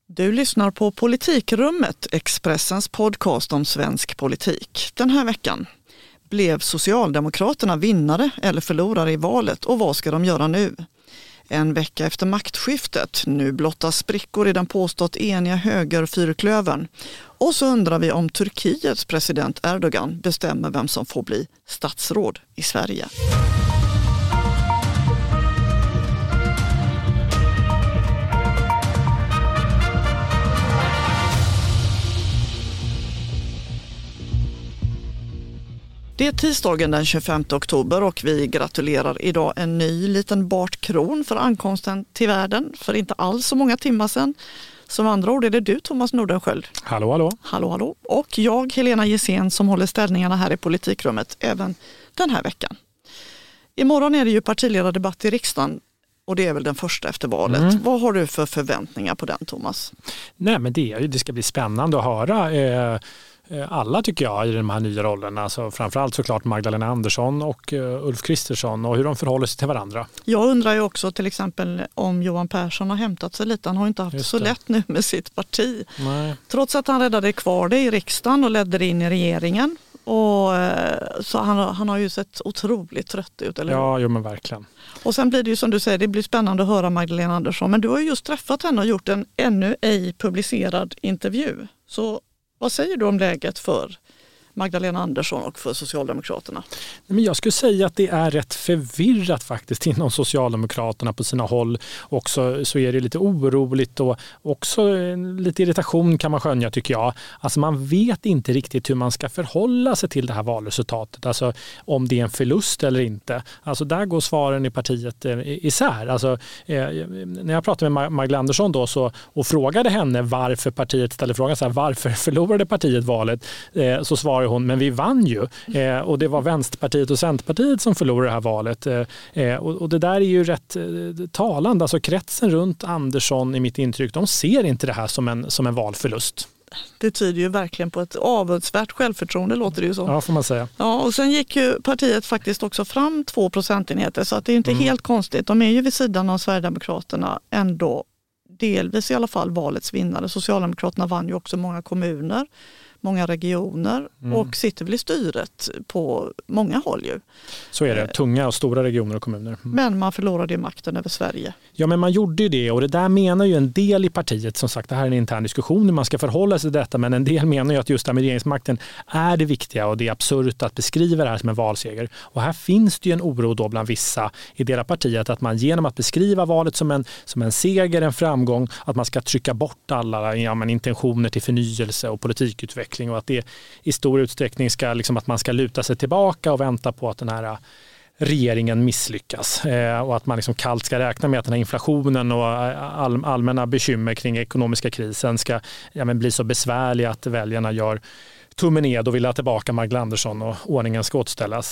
Du lyssnar på Politikrummet, Expressens podcast om svensk politik. Den här veckan blev Socialdemokraterna vinnare eller förlorare i valet och vad ska de göra nu? En vecka efter maktskiftet, nu blottas sprickor i den påstått eniga högerfyrklövern. Och så undrar vi om Turkiets president Erdogan bestämmer vem som får bli statsråd i Sverige. Det är tisdagen den 25 oktober och vi gratulerar idag en ny liten Bart Kron för ankomsten till världen för inte alls så många timmar sedan. Som andra ord är det du, Thomas Nordenskjöld. Hallå, hallå. Hallå, hallå. Och jag, Helena Gissén, som håller ställningarna här i Politikrummet även den här veckan. Imorgon är det ju partiledardebatt i riksdagen och det är väl den första efter valet. Vad har du för förväntningar på den, Thomas? Nej, men det ska bli spännande att höra alla tycker jag i de här nya rollerna. Alltså framförallt såklart Magdalena Andersson och Ulf Kristersson och hur de förhåller sig till varandra. Jag undrar ju också till exempel om Johan Persson har hämtat sig lite. Han har inte haft så lätt nu med sitt parti. Nej. Trots att han räddade kvar det i riksdagen och ledde det in i regeringen. Och, så han har ju sett otroligt trött ut. Eller? Ja, jo, men verkligen. Och sen blir det ju som du säger, det blir spännande att höra Magdalena Andersson. Men du har ju just träffat henne och gjort en ännu ej publicerad intervju. Så vad säger du om läget för Magdalena Andersson och för Socialdemokraterna? Men jag skulle säga att det är rätt förvirrat faktiskt inom Socialdemokraterna på sina håll. Också så är det lite oroligt och också lite irritation kan man skönja tycker jag. Alltså man vet inte riktigt hur man ska förhålla sig till det här valresultatet. Alltså om det är en förlust eller inte. Alltså där går svaren i partiet isär. Alltså när jag pratade med Magdalena Andersson då och frågade henne varför partiet ställde frågan så här, varför förlorade partiet valet? Så svarade hon, men vi vann ju. Och det var Vänsterpartiet och Centerpartiet som förlorade det här valet. Och det där är ju rätt talande. Alltså kretsen runt Andersson i mitt intryck, de ser inte det här som en valförlust. Det tyder ju verkligen på ett avundsvärt självförtroende, låter det ju så. Ja, får man säga. Ja, och sen gick ju partiet faktiskt också fram 2 procentenheter så att det är inte helt konstigt. De är ju vid sidan av Sverigedemokraterna ändå delvis i alla fall valets vinnare. Socialdemokraterna vann ju också många kommuner, många regioner och sitter väl i styret på många håll ju. Så är det, tunga och stora regioner och kommuner. Men man förlorade ju makten över Sverige. Ja, men man gjorde ju det och det där menar ju en del i partiet, som sagt det här är en intern diskussion hur man ska förhålla sig till detta, men en del menar ju att just det med regeringsmakten är det viktiga och det är absurt att beskriva det här som en valseger. Och här finns det ju en oro då bland vissa i deras partiet att man genom att beskriva valet som en seger, en framgång, att man ska trycka bort alla intentioner till förnyelse och politikutveckling och att det i stor utsträckning ska att man ska luta sig tillbaka och vänta på att den här regeringen misslyckas och att man kallt ska räkna med att den här inflationen och allmänna bekymmer kring ekonomiska krisen ska bli så besvärlig att väljarna gör tummen ned och vill ha tillbaka Magdalena Andersson och ordningen ska återställas.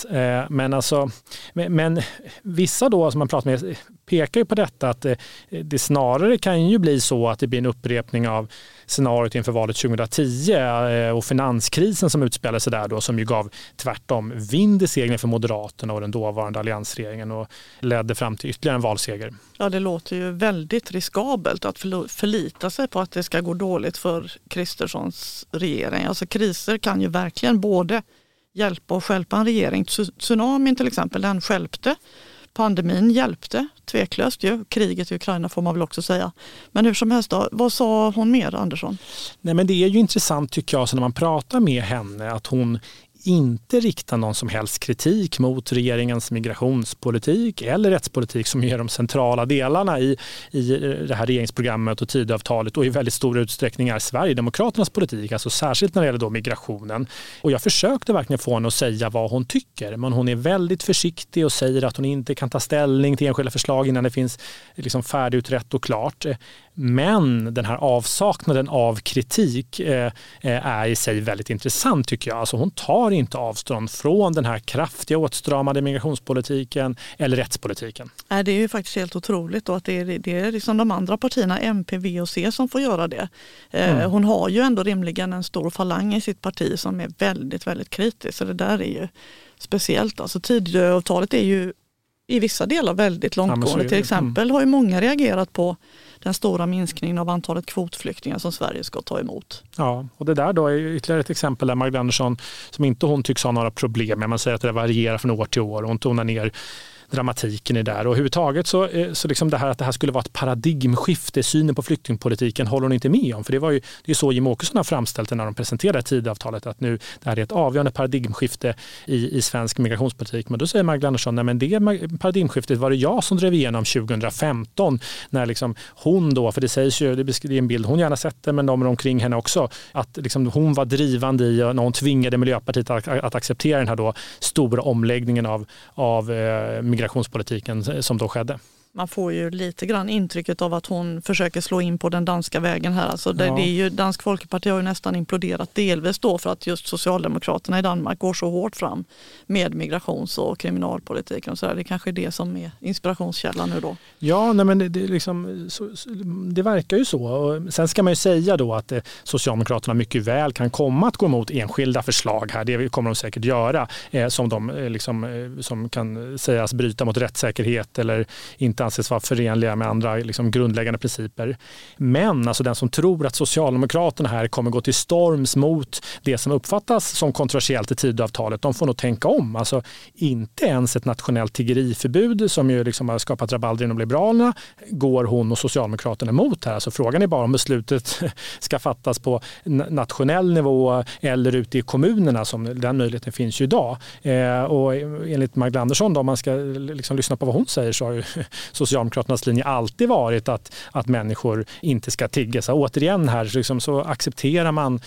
Men vissa då som man pratar med pekar ju på detta att det snarare kan ju bli så att det blir en upprepning av scenariot inför valet 2010 och finanskrisen som utspelade sig där då, som ju gav tvärtom vind i seglen för Moderaterna och den dåvarande alliansregeringen och ledde fram till ytterligare en valseger. Ja, det låter ju väldigt riskabelt att förlita sig på att det ska gå dåligt för Kristerssons regering. Alltså kriser kan ju verkligen både hjälpa och stjälpa en regering. Tsunamin till exempel, den stjälpte. Pandemin hjälpte, tveklöst ju. Kriget i Ukraina får man väl också säga. Men hur som helst då, vad sa hon mer, Andersson? Nej, men det är ju intressant tycker jag så när man pratar med henne att hon inte riktar någon som helst kritik mot regeringens migrationspolitik eller rättspolitik som är de centrala delarna i det här regeringsprogrammet och Tidöavtalet och i väldigt stor utsträckning är Sverigedemokraternas politik, alltså särskilt när det gäller då migrationen. Och jag försökte verkligen få henne att säga vad hon tycker, men hon är väldigt försiktig och säger att hon inte kan ta ställning till enskilda förslag innan det finns färdigutrett och klart. Men den här avsaknaden av kritik är i sig väldigt intressant tycker jag. Alltså hon tar inte avstånd från den här kraftiga åtstramade migrationspolitiken eller rättspolitiken. Det är ju faktiskt helt otroligt och att det är de andra partierna, MP, V och C, som får göra det. Hon har ju ändå rimligen en stor falang i sitt parti som är väldigt, väldigt kritisk. Så det där är ju speciellt. Alltså Tidöavtalet är ju i vissa delar väldigt långtgående. Till exempel har ju många reagerat på den stora minskningen av antalet kvotflyktingar som Sverige ska ta emot. Ja, och det där då är ytterligare ett exempel där Magdalena Andersson, som inte hon tycks ha några problem med, man säger att det varierar från år till år och hon tonar ner dramatiken i det där. Och överhuvudtaget så liksom det här att det här skulle vara ett paradigmskifte i synen på flyktingpolitiken håller hon inte med om. För det är så Jimmie Åkesson har framställt det när de presenterade Tidöavtalet, att nu det här är ett avgörande paradigmskifte i svensk migrationspolitik. Men då säger Magdalena Andersson, nej men det paradigmskiftet var det jag som drev igenom 2015 när liksom hon då, för det sägs ju, det är en bild hon gärna sätter, men de omkring henne också, att liksom hon var drivande i när hon tvingade Miljöpartiet att acceptera den här då stora omläggningen av migrationspolitiken som då skedde. Man får ju lite grann intrycket av att hon försöker slå in på den danska vägen här. Alltså det är ju, Dansk Folkeparti har ju nästan imploderat delvis då för att just Socialdemokraterna i Danmark går så hårt fram med migrations- och kriminalpolitiken. Och så där. Det kanske är det som är inspirationskällan nu då. Ja, nej, men det verkar ju så. Och sen ska man ju säga då att Socialdemokraterna mycket väl kan komma att gå emot enskilda förslag här. Det kommer de säkert göra som kan sägas bryta mot rättssäkerhet eller inte anses vara förenliga med andra liksom grundläggande principer. Men alltså den som tror att Socialdemokraterna här kommer gå till storms mot det som uppfattas som kontroversiellt i Tidöavtalet, de får nog tänka om. Alltså inte ens ett nationellt tiggeriförbud som ju liksom har skapat rabalder inom Liberalerna går hon och Socialdemokraterna emot här. Alltså frågan är bara om beslutet ska fattas på nationell nivå eller ute i kommunerna, som den möjligheten finns ju idag. Och enligt Magdalena Andersson då, om man ska liksom lyssna på vad hon säger, så har ju Socialdemokraternas linje alltid varit att människor inte ska tigga. Så återigen här liksom, så accepterar man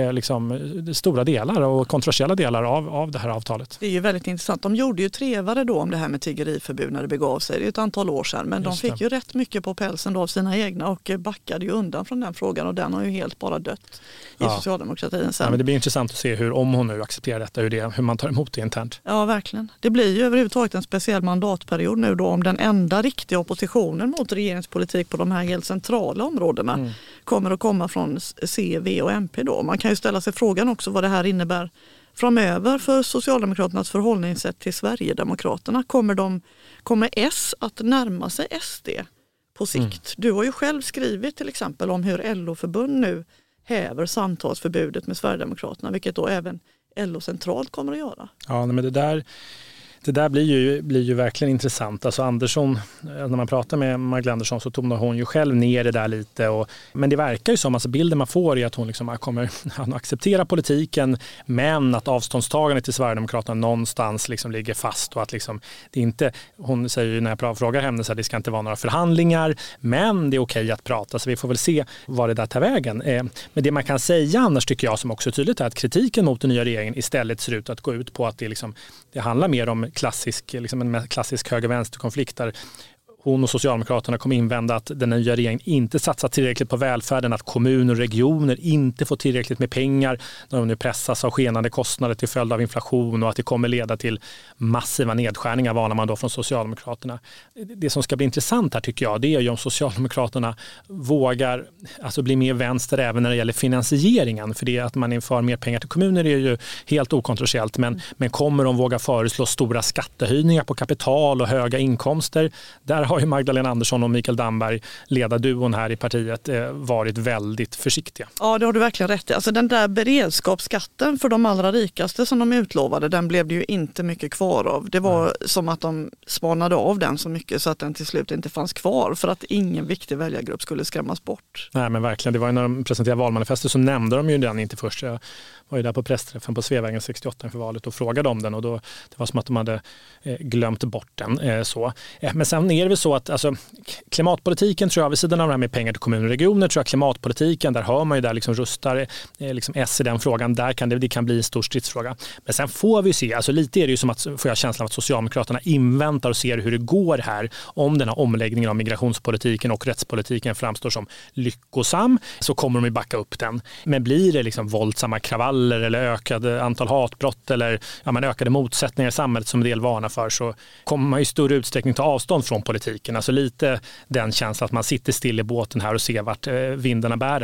stora delar och kontroversiella delar av det här avtalet. Det är ju väldigt intressant. De gjorde ju trevare då om det här med tiggeriförbud när det begav sig. Det är ett antal år sedan, men de fick ju rätt mycket på pälsen då av sina egna och backade ju undan från den frågan, och den har ju helt bara dött i socialdemokratin sen. Ja, men det blir intressant att se om hon nu accepterar detta, hur man tar emot det internt. Ja, verkligen. Det blir ju överhuvudtaget en speciell mandatperiod nu då, om den enda riktiga oppositionen mot regeringspolitik på de här helt centrala områdena kommer att komma från C, V och MP då. Man kan ju ställa sig frågan också vad det här innebär framöver för Socialdemokraternas förhållningssätt till Sverigedemokraterna. Kommer S att närma sig SD på sikt? Du har ju själv skrivit till exempel om hur LO-förbund nu häver samtalsförbudet med Sverigedemokraterna, vilket då även LO centralt kommer att göra. Ja, men det där blir ju verkligen intressant. Alltså Andersson, när man pratar med Magdalena Andersson så tonar hon ju själv ner det där lite. Men det verkar ju som, alltså bilden man får är att hon liksom kommer att acceptera politiken, men att avståndstagandet till Sverigedemokraterna någonstans liksom ligger fast, och att liksom, det inte, hon säger ju när jag frågar henne så att det ska inte vara några förhandlingar, men det är okej att prata, så vi får väl se vad det där tar vägen. Men det man kan säga annars, tycker jag, som också är tydligt, är att kritiken mot den nya regeringen istället ser ut att gå ut på att det handlar mer om en klassisk höger-vänster-konflikt där hon och Socialdemokraterna kommer invända att den nya regeringen inte satsar tillräckligt på välfärden, att kommuner och regioner inte får tillräckligt med pengar när de nu pressas av skenande kostnader till följd av inflation, och att det kommer leda till massiva nedskärningar, varnar man då från Socialdemokraterna. Det som ska bli intressant här, tycker jag, det är ju om Socialdemokraterna vågar bli mer vänster även när det gäller finansieringen, för det att man inför mer pengar till kommuner är ju helt okontroversiellt, men kommer de våga föreslå stora skattehöjningar på kapital och höga inkomster? Där har ju Magdalena Andersson och Mikael Damberg, ledarduon här i partiet, varit väldigt försiktiga. Ja, det har du verkligen rätt i. Alltså den där beredskapsskatten för de allra rikaste som de utlovade, den blev det ju inte mycket kvar av. Det var som att de spanade av den så mycket så att den till slut inte fanns kvar, för att ingen viktig väljargrupp skulle skrämmas bort. Nej, men verkligen. Det var ju när de presenterade valmanifestet så nämnde de ju den inte först. Jag var ju där på pressträffen på Sveavägen 68 inför valet och frågade om den, och då, det var som att de hade glömt bort den. Men sen är det väl så att klimatpolitiken, tror jag, vid sidan av det här med pengar till kommuner och regioner, tror jag klimatpolitiken, där hör man ju där rustar S i den frågan, där det kan bli en stor stridsfråga. Men sen får vi se, lite är det ju som att, får jag känslan av att Socialdemokraterna inväntar och ser hur det går här, om den här omläggningen av migrationspolitiken och rättspolitiken framstår som lyckosam, så kommer de ju backa upp den. Men blir det våldsamma kravaller eller ökade antal hatbrott eller ökade motsättningar i samhället som en del varnar för, så kommer man i större utsträckning ta avstånd från politiken. Lite den känslan att man sitter still i båten här och ser vart vindarna bär den.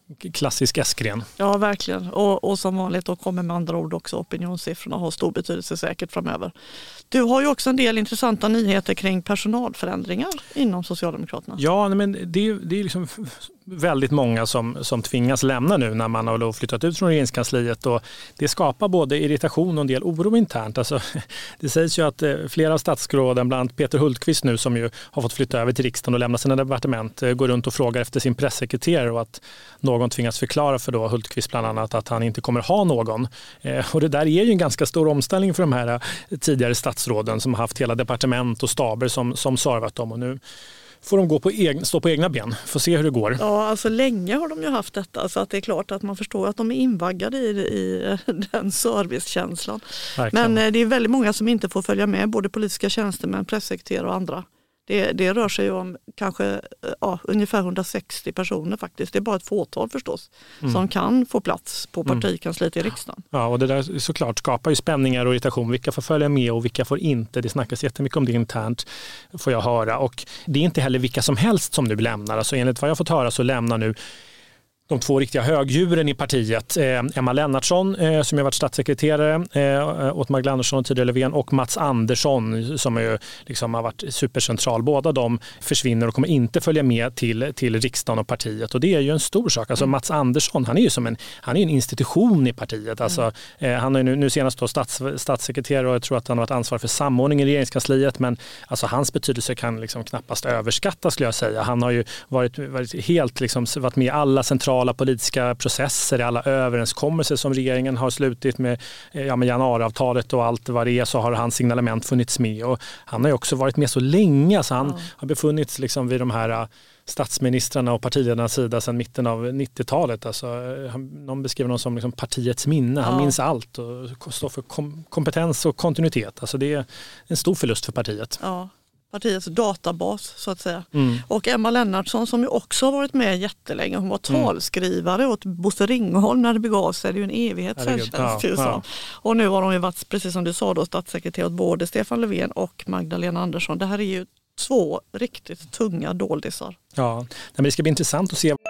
klassisk S-gren. Ja, verkligen. Och som vanligt då kommer med andra ord också opinionssiffrorna ha stor betydelse säkert framöver. Du har ju också en del intressanta nyheter kring personalförändringar inom Socialdemokraterna. Ja, men det är liksom väldigt många som tvingas lämna nu när man har flyttat ut från regeringskansliet, och det skapar både irritation och en del oro internt. Alltså, det sägs ju att flera av statsråden, bland annat Peter Hultqvist nu som ju har fått flytta över till riksdagen och lämna sina departement, går runt och frågar efter sin pressekreterare, och att någon tvingas förklara för då Hultqvist bland annat att han inte kommer ha någon. Och det där är ju en ganska stor omställning för de här tidigare statsråden som har haft hela departement och staber som servat dem, och nu får de stå på egna ben. Får se hur det går. Ja, alltså länge har de ju haft detta, så att det är klart att man förstår att de är invaggade i den servicekänslan. Verkligen. Men det är väldigt många som inte får följa med, både politiska tjänstemän, pressekreterare och andra. Det rör sig om kanske ungefär 160 personer faktiskt. Det är bara ett fåtal förstås som kan få plats på partikansliet i riksdagen. Ja, och det där såklart skapar ju spänningar och irritation. Vilka får följa med och vilka får inte? Det snackas jättemycket om det internt, får jag höra. Och det är inte heller vilka som helst som nu lämnar. Alltså enligt vad jag fått höra så lämnar nu de två riktiga högdjuren i partiet, Emma Lennartsson som har varit statssekreterare åt Magdalena Andersson och tidigare Löfven, och Mats Andersson som ju liksom har varit supercentral. Båda de försvinner och kommer inte följa med till riksdagen och partiet, och det är ju en stor sak. Alltså Mats Andersson, han är ju en institution i partiet. Alltså, han är nu senast då statssekreterare, och jag tror att han har varit ansvarig för samordning i regeringskansliet, men alltså hans betydelse kan liksom knappast överskattas, skulle jag säga. Han har ju varit med i alla centrala politiska processer, i alla överenskommelser som regeringen har slutit med januariavtalet och allt vad det är, så har hans signalement funnits med, och han har ju också varit med så länge, så han har befunnits liksom vid de här statsministrarna och partiledarnas sida sedan mitten av 90-talet. Alltså, någon beskriver honom som liksom partiets minne. Han minns allt och står för kompetens och kontinuitet. Alltså, det är en stor förlust för partiet. Ja. Partiets databas så att säga. Och Emma Lennartsson som ju också har varit med jättelänge. Hon var talskrivare åt Bosse Ringholm när det begav sig. Det är ju en evighet sedan. Och nu har hon ju varit, precis som du sa då, statssekreterare åt både Stefan Löfven och Magdalena Andersson. Det här är ju två riktigt tunga doldisar. Ja, men det ska bli intressant att se.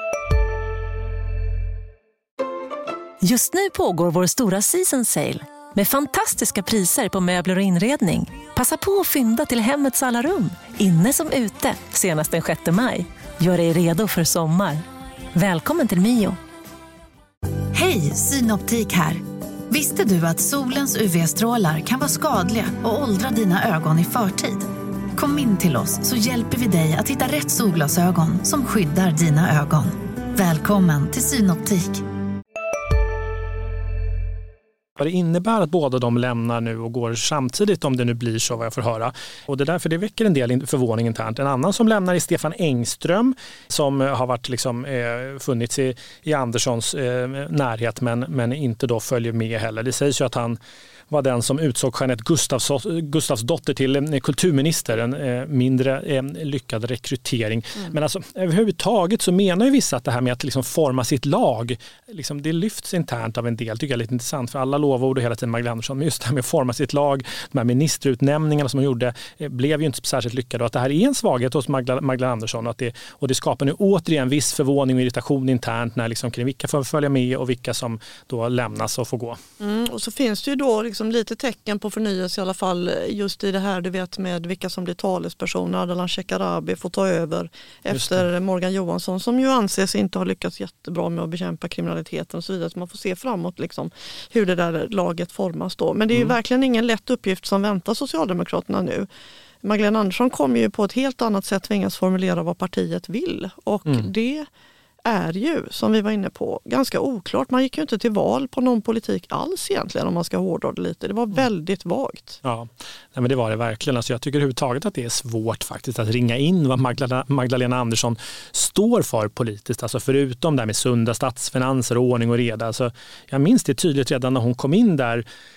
Just nu pågår vår stora season sale med fantastiska priser på möbler och inredning. Passa på att fynda till hemmets alla rum, inne som ute, senast den 6 maj. Gör dig redo för sommar. Välkommen till Mio. Hej, Synoptik här. Visste du att solens UV-strålar kan vara skadliga och åldra dina ögon i förtid? Kom in till oss så hjälper vi dig att hitta rätt solglasögon som skyddar dina ögon. Välkommen till Synoptik. Vad det innebär att båda de lämnar nu och går samtidigt, om det nu blir så, vad jag får höra. Och det därför det väcker en del förvåning internt. En annan som lämnar är Stefan Engström som har varit funnits i Anderssons närhet men inte då följer med heller. Det sägs ju att han var den som utsåg Jeanette Gustafsdotter till kulturminister, en mindre lyckad rekrytering. Men alltså, överhuvudtaget så menar ju vissa att det här med att liksom forma sitt lag, liksom, det lyfts internt av en del, tycker jag är lite intressant, för alla lovord och hela tiden Magdalena Andersson, men just det här med att forma sitt lag, de här ministerutnämningarna som hon gjorde blev ju inte särskilt lyckade, och att det här är en svaghet hos Magdalena Andersson, och det skapar nu återigen viss förvåning och irritation internt när liksom, kring vilka får följa med och vilka som då lämnas och får gå. Och så finns det ju då liksom lite tecken på förnyelse i alla fall just i det här, du vet, med vilka som blir talespersoner. Ardalan Shekarabi får ta över efter Morgan Johansson som ju anses inte ha lyckats jättebra med att bekämpa kriminaliteten och så vidare. Så man får se framåt liksom, hur det där laget formas då. Men det är ju verkligen ingen lätt uppgift som väntar Socialdemokraterna nu. Magdalena Andersson kommer ju på ett helt annat sätt tvingas formulera vad partiet vill, och det är ju, som vi var inne på, ganska oklart. Man gick ju inte till val på någon politik alls egentligen, om man ska hårdra det lite. Det var väldigt vagt. Ja, nej, men det var det verkligen. Alltså, jag tycker överhuvudtaget att det är svårt faktiskt att ringa in vad Magdalena Andersson står för politiskt. Alltså, förutom det här med sunda statsfinanser, ordning och reda. Alltså, jag minns det tydligt redan när hon kom in där.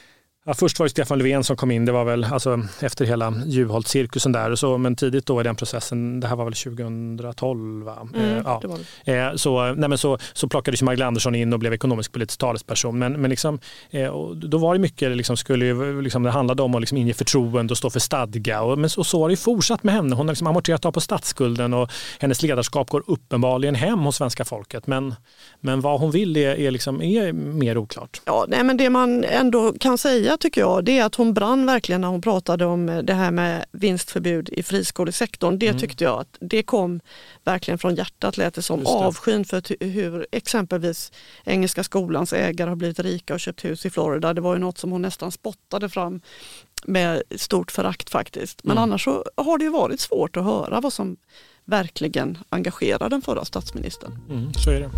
Ja, först var det Stefan Löfven som kom in, det var väl alltså, efter hela Juholt-cirkusen där och så, men tidigt då i den processen, det här var väl 2012 va? Det var det. Så plockades Magdalena Andersson in och blev ekonomisk politisk talesperson, men liksom, då var det mycket liksom, det handlade om att liksom inge förtroende och stå för stadga och så har det fortsatt med henne. Hon har liksom amorterat av på statsskulden och hennes ledarskap går uppenbarligen hem hos svenska folket, men vad hon vill är mer oklart. Ja, nej, men det man ändå kan säga tycker jag, det är att hon brann verkligen när hon pratade om det här med vinstförbud i friskolesektorn. Det tyckte jag att det kom verkligen från hjärtat, lät det som avskyn för hur exempelvis Engelska skolans ägare har blivit rika och köpt hus i Florida. Det var ju något som hon nästan spottade fram med stort förakt faktiskt. Men annars så har det ju varit svårt att höra vad som verkligen engagerar den förra statsministern. Så är det.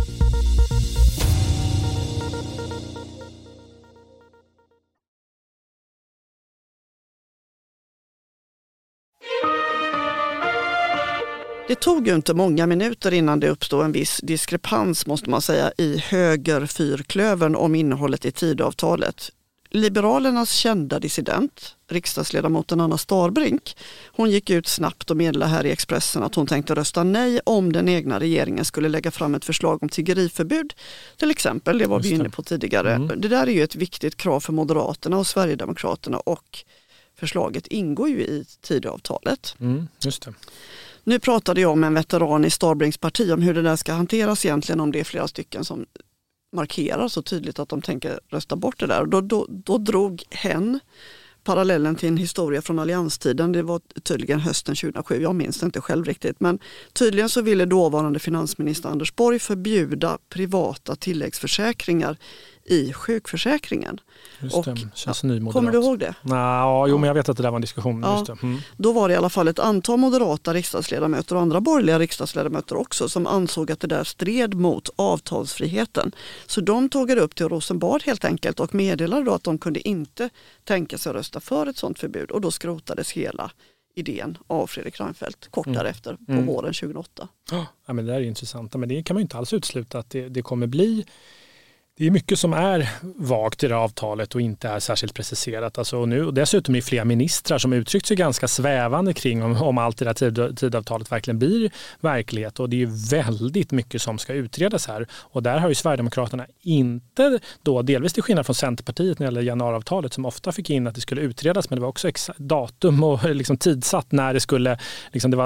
Det tog ju inte många minuter innan det uppstod en viss diskrepans måste man säga i högerfyrklövern om innehållet i Tidöavtalet. Liberalernas kända dissident, riksdagsledamoten Anna Starbrink, hon gick ut snabbt och meddelade här i Expressen att hon tänkte rösta nej om den egna regeringen skulle lägga fram ett förslag om tiggeriförbud. Till exempel, det var vi inne på tidigare. Det där är ju ett viktigt krav för Moderaterna och Sverigedemokraterna och förslaget ingår ju i Tidöavtalet. Just det. Nu pratade jag med en veteran i Starbrinks parti om hur det där ska hanteras egentligen, om det är flera stycken som markerar så tydligt att de tänker rösta bort det där. Då drog hen parallellen till en historia från allianstiden. Det var tydligen hösten 2007, jag minns inte själv riktigt. Men tydligen så ville dåvarande finansminister Anders Borg förbjuda privata tilläggsförsäkringar i sjukförsäkringen. Just det, känns nymoderat. Kommer du ihåg det? Men jag vet att det där var en diskussion. Ja, just det. Då var det i alla fall ett antal moderata riksdagsledamöter och andra borgerliga riksdagsledamöter också som ansåg att det där stred mot avtalsfriheten. Så de tog det upp till Rosenbad helt enkelt och meddelade då att de kunde inte tänka sig att rösta för ett sådant förbud och då skrotades hela idén av Fredrik Reinfeldt kort därefter på våren 2008. Ja, men det där är intressant. Men det kan man ju inte alls utesluta att det kommer bli. Det är mycket som är vagt i det avtalet och inte är särskilt preciserat. Alltså, och dessutom är det flera ministrar som uttryckt sig ganska svävande kring om allt det där tidavtalet verkligen blir verklighet. Och det är väldigt mycket som ska utredas här. Och där har ju Sverigedemokraterna inte, då, delvis till skillnad från Centerpartiet när det gäller januariavtalet som ofta fick in att det skulle utredas, men det var också datum och liksom tidsatt när det skulle, liksom, det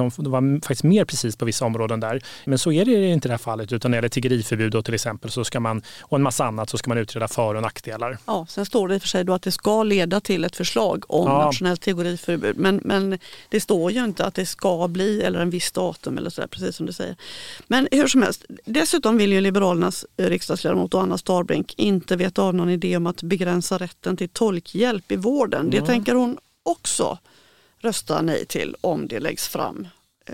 var faktiskt mer precis på vissa områden där. Men så är det inte i det här fallet, utan när det gäller tiggeriförbud då, till exempel, så ska man, och en massa annat, så ska man utreda för- och nackdelar. Ja, sen står det i och för sig då att det ska leda till ett förslag om nationellt tiggeriförbud. Men det står ju inte att det ska bli eller en viss datum eller sådär, precis som du säger. Men hur som helst, dessutom vill ju Liberalernas riksdagsledamot och Anna Starbrink inte veta av någon idé om att begränsa rätten till tolkhjälp i vården. Det tänker hon också rösta nej till om det läggs fram.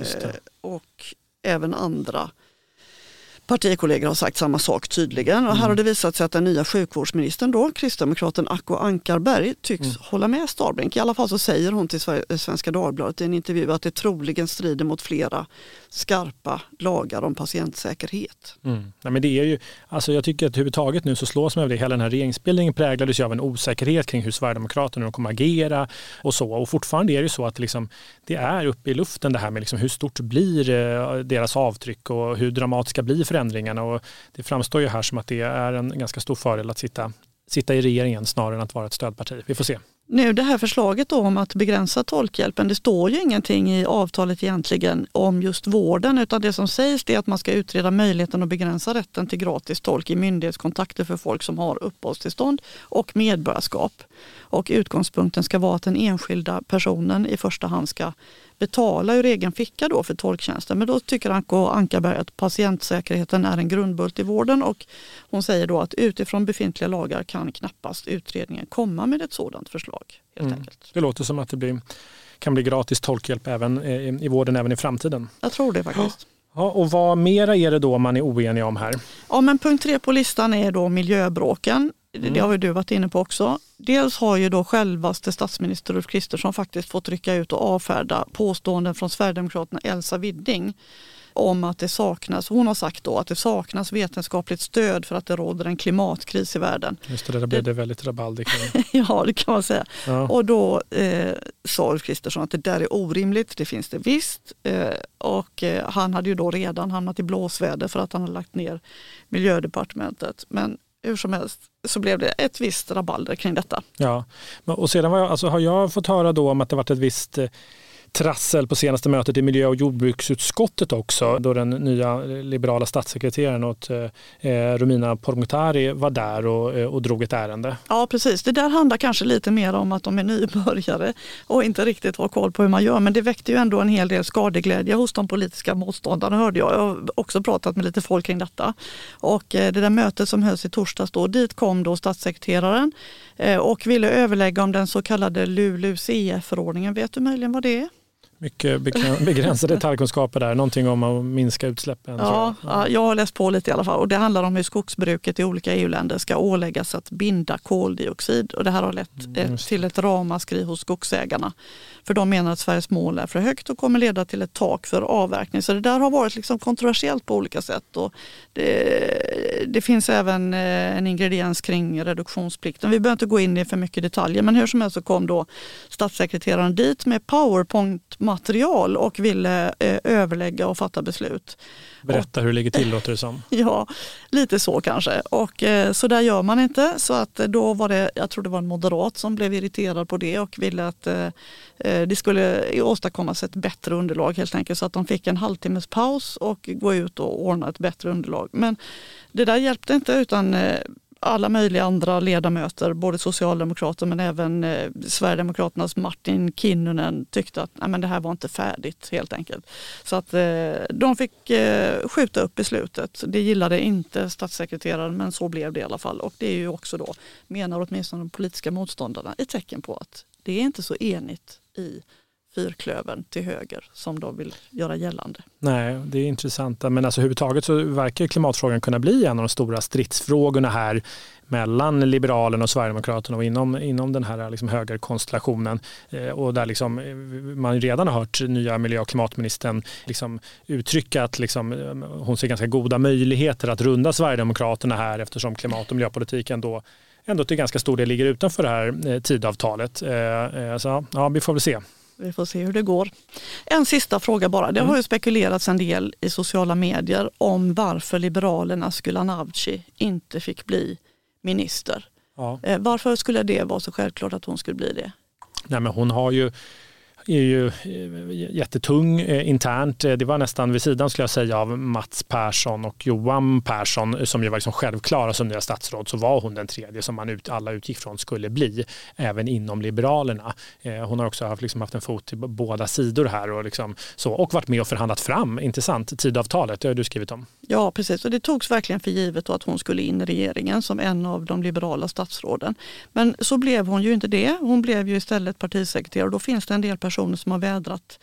Och även andra partikollegor har sagt samma sak tydligen. Och här har det visat sig att den nya sjukvårdsministern då, kristdemokraten Acko Ankarberg, tycks hålla med Starbrink. I alla fall så säger hon till Svenska Dagbladet i en intervju att det troligen strider mot flera skarpa lagar om patientsäkerhet. Nej, men det är ju, alltså jag tycker att överhuvudtaget nu så slås man av det. Hela den här regeringsbildningen präglades ju av en osäkerhet kring hur Sverigedemokraterna kommer agera och så. Och fortfarande är det ju så att liksom, det är uppe i luften det här med liksom hur stort blir deras avtryck och hur dramatiska blir förändringarna. Och det framstår ju här som att det är en ganska stor fördel att sitta i regeringen snarare än att vara ett stödparti. Vi får se. Nu det här förslaget då om att begränsa tolkhjälpen, det står ju ingenting i avtalet egentligen om just vården, utan det som sägs är att man ska utreda möjligheten att begränsa rätten till gratis tolk i myndighetskontakter för folk som har uppehållstillstånd och medborgarskap. Och utgångspunkten ska vara att den enskilda personen i första hand ska betala ur egen ficka då för tolktjänsten. Men då tycker Acko Ankarberg att patientsäkerheten är en grundbult i vården och hon säger då att utifrån befintliga lagar kan knappast utredningen komma med ett sådant förslag. Helt enkelt. Det låter som att det kan bli gratis tolkhjälp även i vården även i framtiden. Jag tror det faktiskt. Ja, och vad mera är det då man är oenig om här? Ja, men punkt 3 på listan är då miljöbråken. Det har ju du varit inne på också. Dels har ju då självaste statsminister Ulf Kristersson faktiskt fått rycka ut och avfärda påståenden från Sverigedemokraterna Elsa Widding om att det saknas, hon har sagt då att det saknas vetenskapligt stöd för att det råder en klimatkris i världen. Just det, där blev det väldigt rabalder kring. Ja, det kan man säga. Ja. Och då sa Ulf Kristersson att det där är orimligt, det finns det visst. Och han hade ju då redan hamnat i blåsväder för att han hade lagt ner Miljödepartementet. Men hur som helst så blev det ett visst rabalder kring detta. Ja, och sedan har jag fått höra då om att det varit ett visst trassel på senaste mötet i miljö- och jordbruksutskottet också, då den nya liberala statssekreteraren åt Romina Pourmokhtari var där och drog ett ärende. Ja, precis. Det där handlar kanske lite mer om att de är nybörjare och inte riktigt har koll på hur man gör, men det väckte ju ändå en hel del skadeglädje hos de politiska motståndarna, hörde jag. Jag har också pratat med lite folk kring detta. Och det där mötet som hölls i torsdags då, dit kom då statssekreteraren och ville överlägga om den så kallade LULUCF-förordningen. Vet du möjligen vad det är? Mycket begränsade detaljkunskaper där. Någonting om att minska utsläppen. Ja, jag har läst på lite i alla fall. Och det handlar om hur skogsbruket i olika EU-länder ska åläggas att binda koldioxid. Och det här har lett till ett ramaskri hos skogsägarna. För de menar att Sveriges mål är för högt och kommer leda till ett tak för avverkning. Så det där har varit liksom kontroversiellt på olika sätt. Och det finns även en ingrediens kring reduktionsplikten. Vi behöver inte gå in i för mycket detaljer. Men hur som helst så kom då statssekreteraren dit med PowerPoint-material och ville överlägga och fatta beslut. Berätta hur det ligger till, låter det som. Ja, lite så kanske. Och så där gör man inte. Så att då var det, jag tror det var en moderat som blev irriterad på det och ville att det skulle åstadkommas ett bättre underlag helt enkelt. Så att de fick en halvtimmes paus och gå ut och ordna ett bättre underlag. Men det där hjälpte inte, utan alla möjliga andra ledamöter, både socialdemokrater men även Sverigedemokraternas Martin Kinnunen tyckte att nej, men det här var inte färdigt helt enkelt. Så att de fick skjuta upp beslutet. Det gillade inte statssekreteraren, men så blev det i alla fall. Och det är ju också då, menar åtminstone de politiska motståndarna, ett tecken på att det är inte så enigt i fyrklövern till höger som de vill göra gällande. Nej, det är intressant. Men alltså överhuvudtaget så verkar klimatfrågan kunna bli en av de stora stridsfrågorna här mellan Liberalerna och Sverigedemokraterna och inom den här liksom högerkonstellationen. Och där liksom man redan har hört nya miljö- och klimatministern liksom uttrycka att liksom, hon ser ganska goda möjligheter att runda Sverigedemokraterna här, eftersom klimat- och miljöpolitiken då ändå till ganska stor del ligger utanför det här tidavtalet. Så ja, vi får väl se. Vi får se hur det går. En sista fråga bara. Det har ju spekulerats en del i sociala medier om varför Liberalernas Gulan Avci inte fick bli minister. Ja. Varför skulle det vara så självklart att hon skulle bli det? Nej, men hon är ju jättetung internt. Det var nästan vid sidan, skulle jag säga, av Mats Persson och Johan Persson som ju var liksom självklara som nya statsråd, så var hon den tredje som man alla utgick från skulle bli, även inom Liberalerna. Hon har också haft en fot till båda sidor här och, liksom, så, och varit med och förhandlat fram, intressant, tidavtalet, det har du skrivit om. Ja, precis, och det togs verkligen för givet att hon skulle in i regeringen som en av de liberala statsråden. Men så blev hon ju inte det. Hon blev ju istället partisekreterare, och då finns det en del personer som har vädrat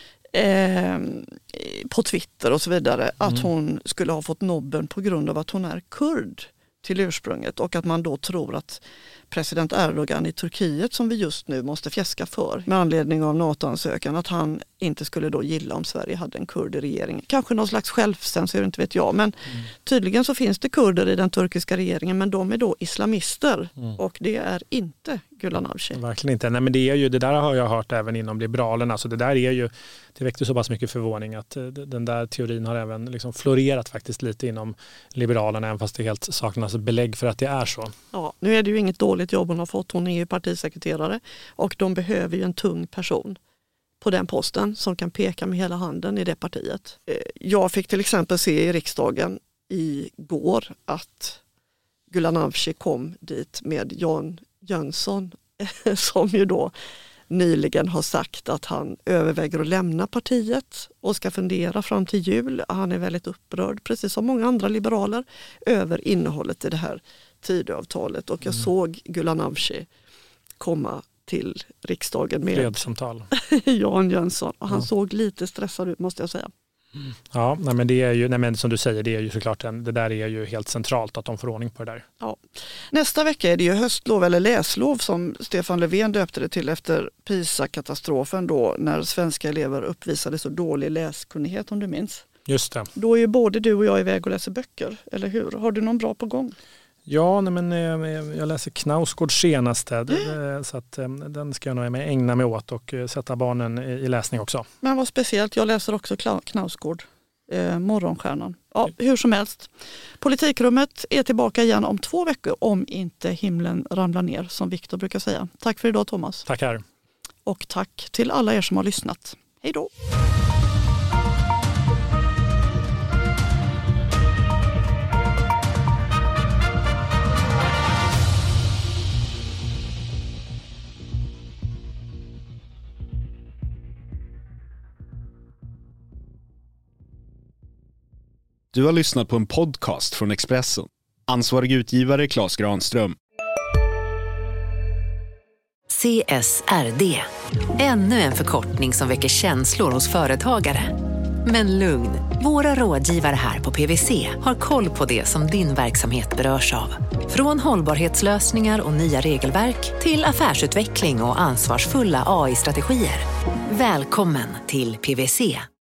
på Twitter och så vidare att hon skulle ha fått nobben på grund av att hon är kurd till ursprunget, och att man då tror att president Erdogan i Turkiet, som vi just nu måste fjäska för med anledning av NATO-ansökan, att han inte skulle då gilla om Sverige hade en kurd i regeringen. Kanske någon slags självcensur, inte vet jag, men tydligen så finns det kurder i den turkiska regeringen, men de är då islamister och det är inte Gulan Avci. Verkligen inte. Nej, men det där har jag hört även inom Liberalerna, så det där är ju, det väckte så pass mycket förvåning att den där teorin har även liksom florerat faktiskt lite inom Liberalerna, även fast det helt saknas belägg för att det är så. Ja, nu är det ju inget dåligt jobb hon har fått. Hon är ju partisekreterare och de behöver ju en tung person på den posten som kan peka med hela handen i det partiet. Jag fick till exempel se i riksdagen igår att Gulan Avci kom dit med Jan Jönsson som ju då nyligen har sagt att han överväger att lämna partiet och ska fundera fram till jul. Han är väldigt upprörd, precis som många andra liberaler, över innehållet i det här Tidöavtalet. Och jag såg Gulan Avci komma till riksdagen med fredssamtal. Jan Jönsson. Och han såg lite stressad ut, måste jag säga. Ja, men det är ju, men som du säger, det är ju såklart det där är ju helt centralt att de får ordning på det där. Ja. Nästa vecka är det ju höstlov eller läslov som Stefan Löfven döpte det till efter PISA-katastrofen då, när svenska elever uppvisade så dålig läskunnighet, om du minns. Just det. Då är ju både du och jag iväg och läser böcker, eller hur? Har du någon bra på gång? Ja, men jag läser Knausgårds senaste, så att den ska jag nog ägna mig åt och sätta barnen i läsning också. Men vad speciellt, jag läser också Knausgård, Morgonstjärnan. Ja, hur som helst. Politikrummet är tillbaka igen om 2 veckor om inte himlen ramlar ner, som Viktor brukar säga. Tack för idag, Thomas. Tackar. Och tack till alla er som har lyssnat. Hej då! Du har lyssnat på en podcast från Expressen. Ansvarig utgivare Claes Granström. CSRD. Ännu en förkortning som väcker känslor hos företagare. Men lugn, våra rådgivare här på PwC har koll på det som din verksamhet berörs av. Från hållbarhetslösningar och nya regelverk till affärsutveckling och ansvarsfulla AI-strategier. Välkommen till PwC.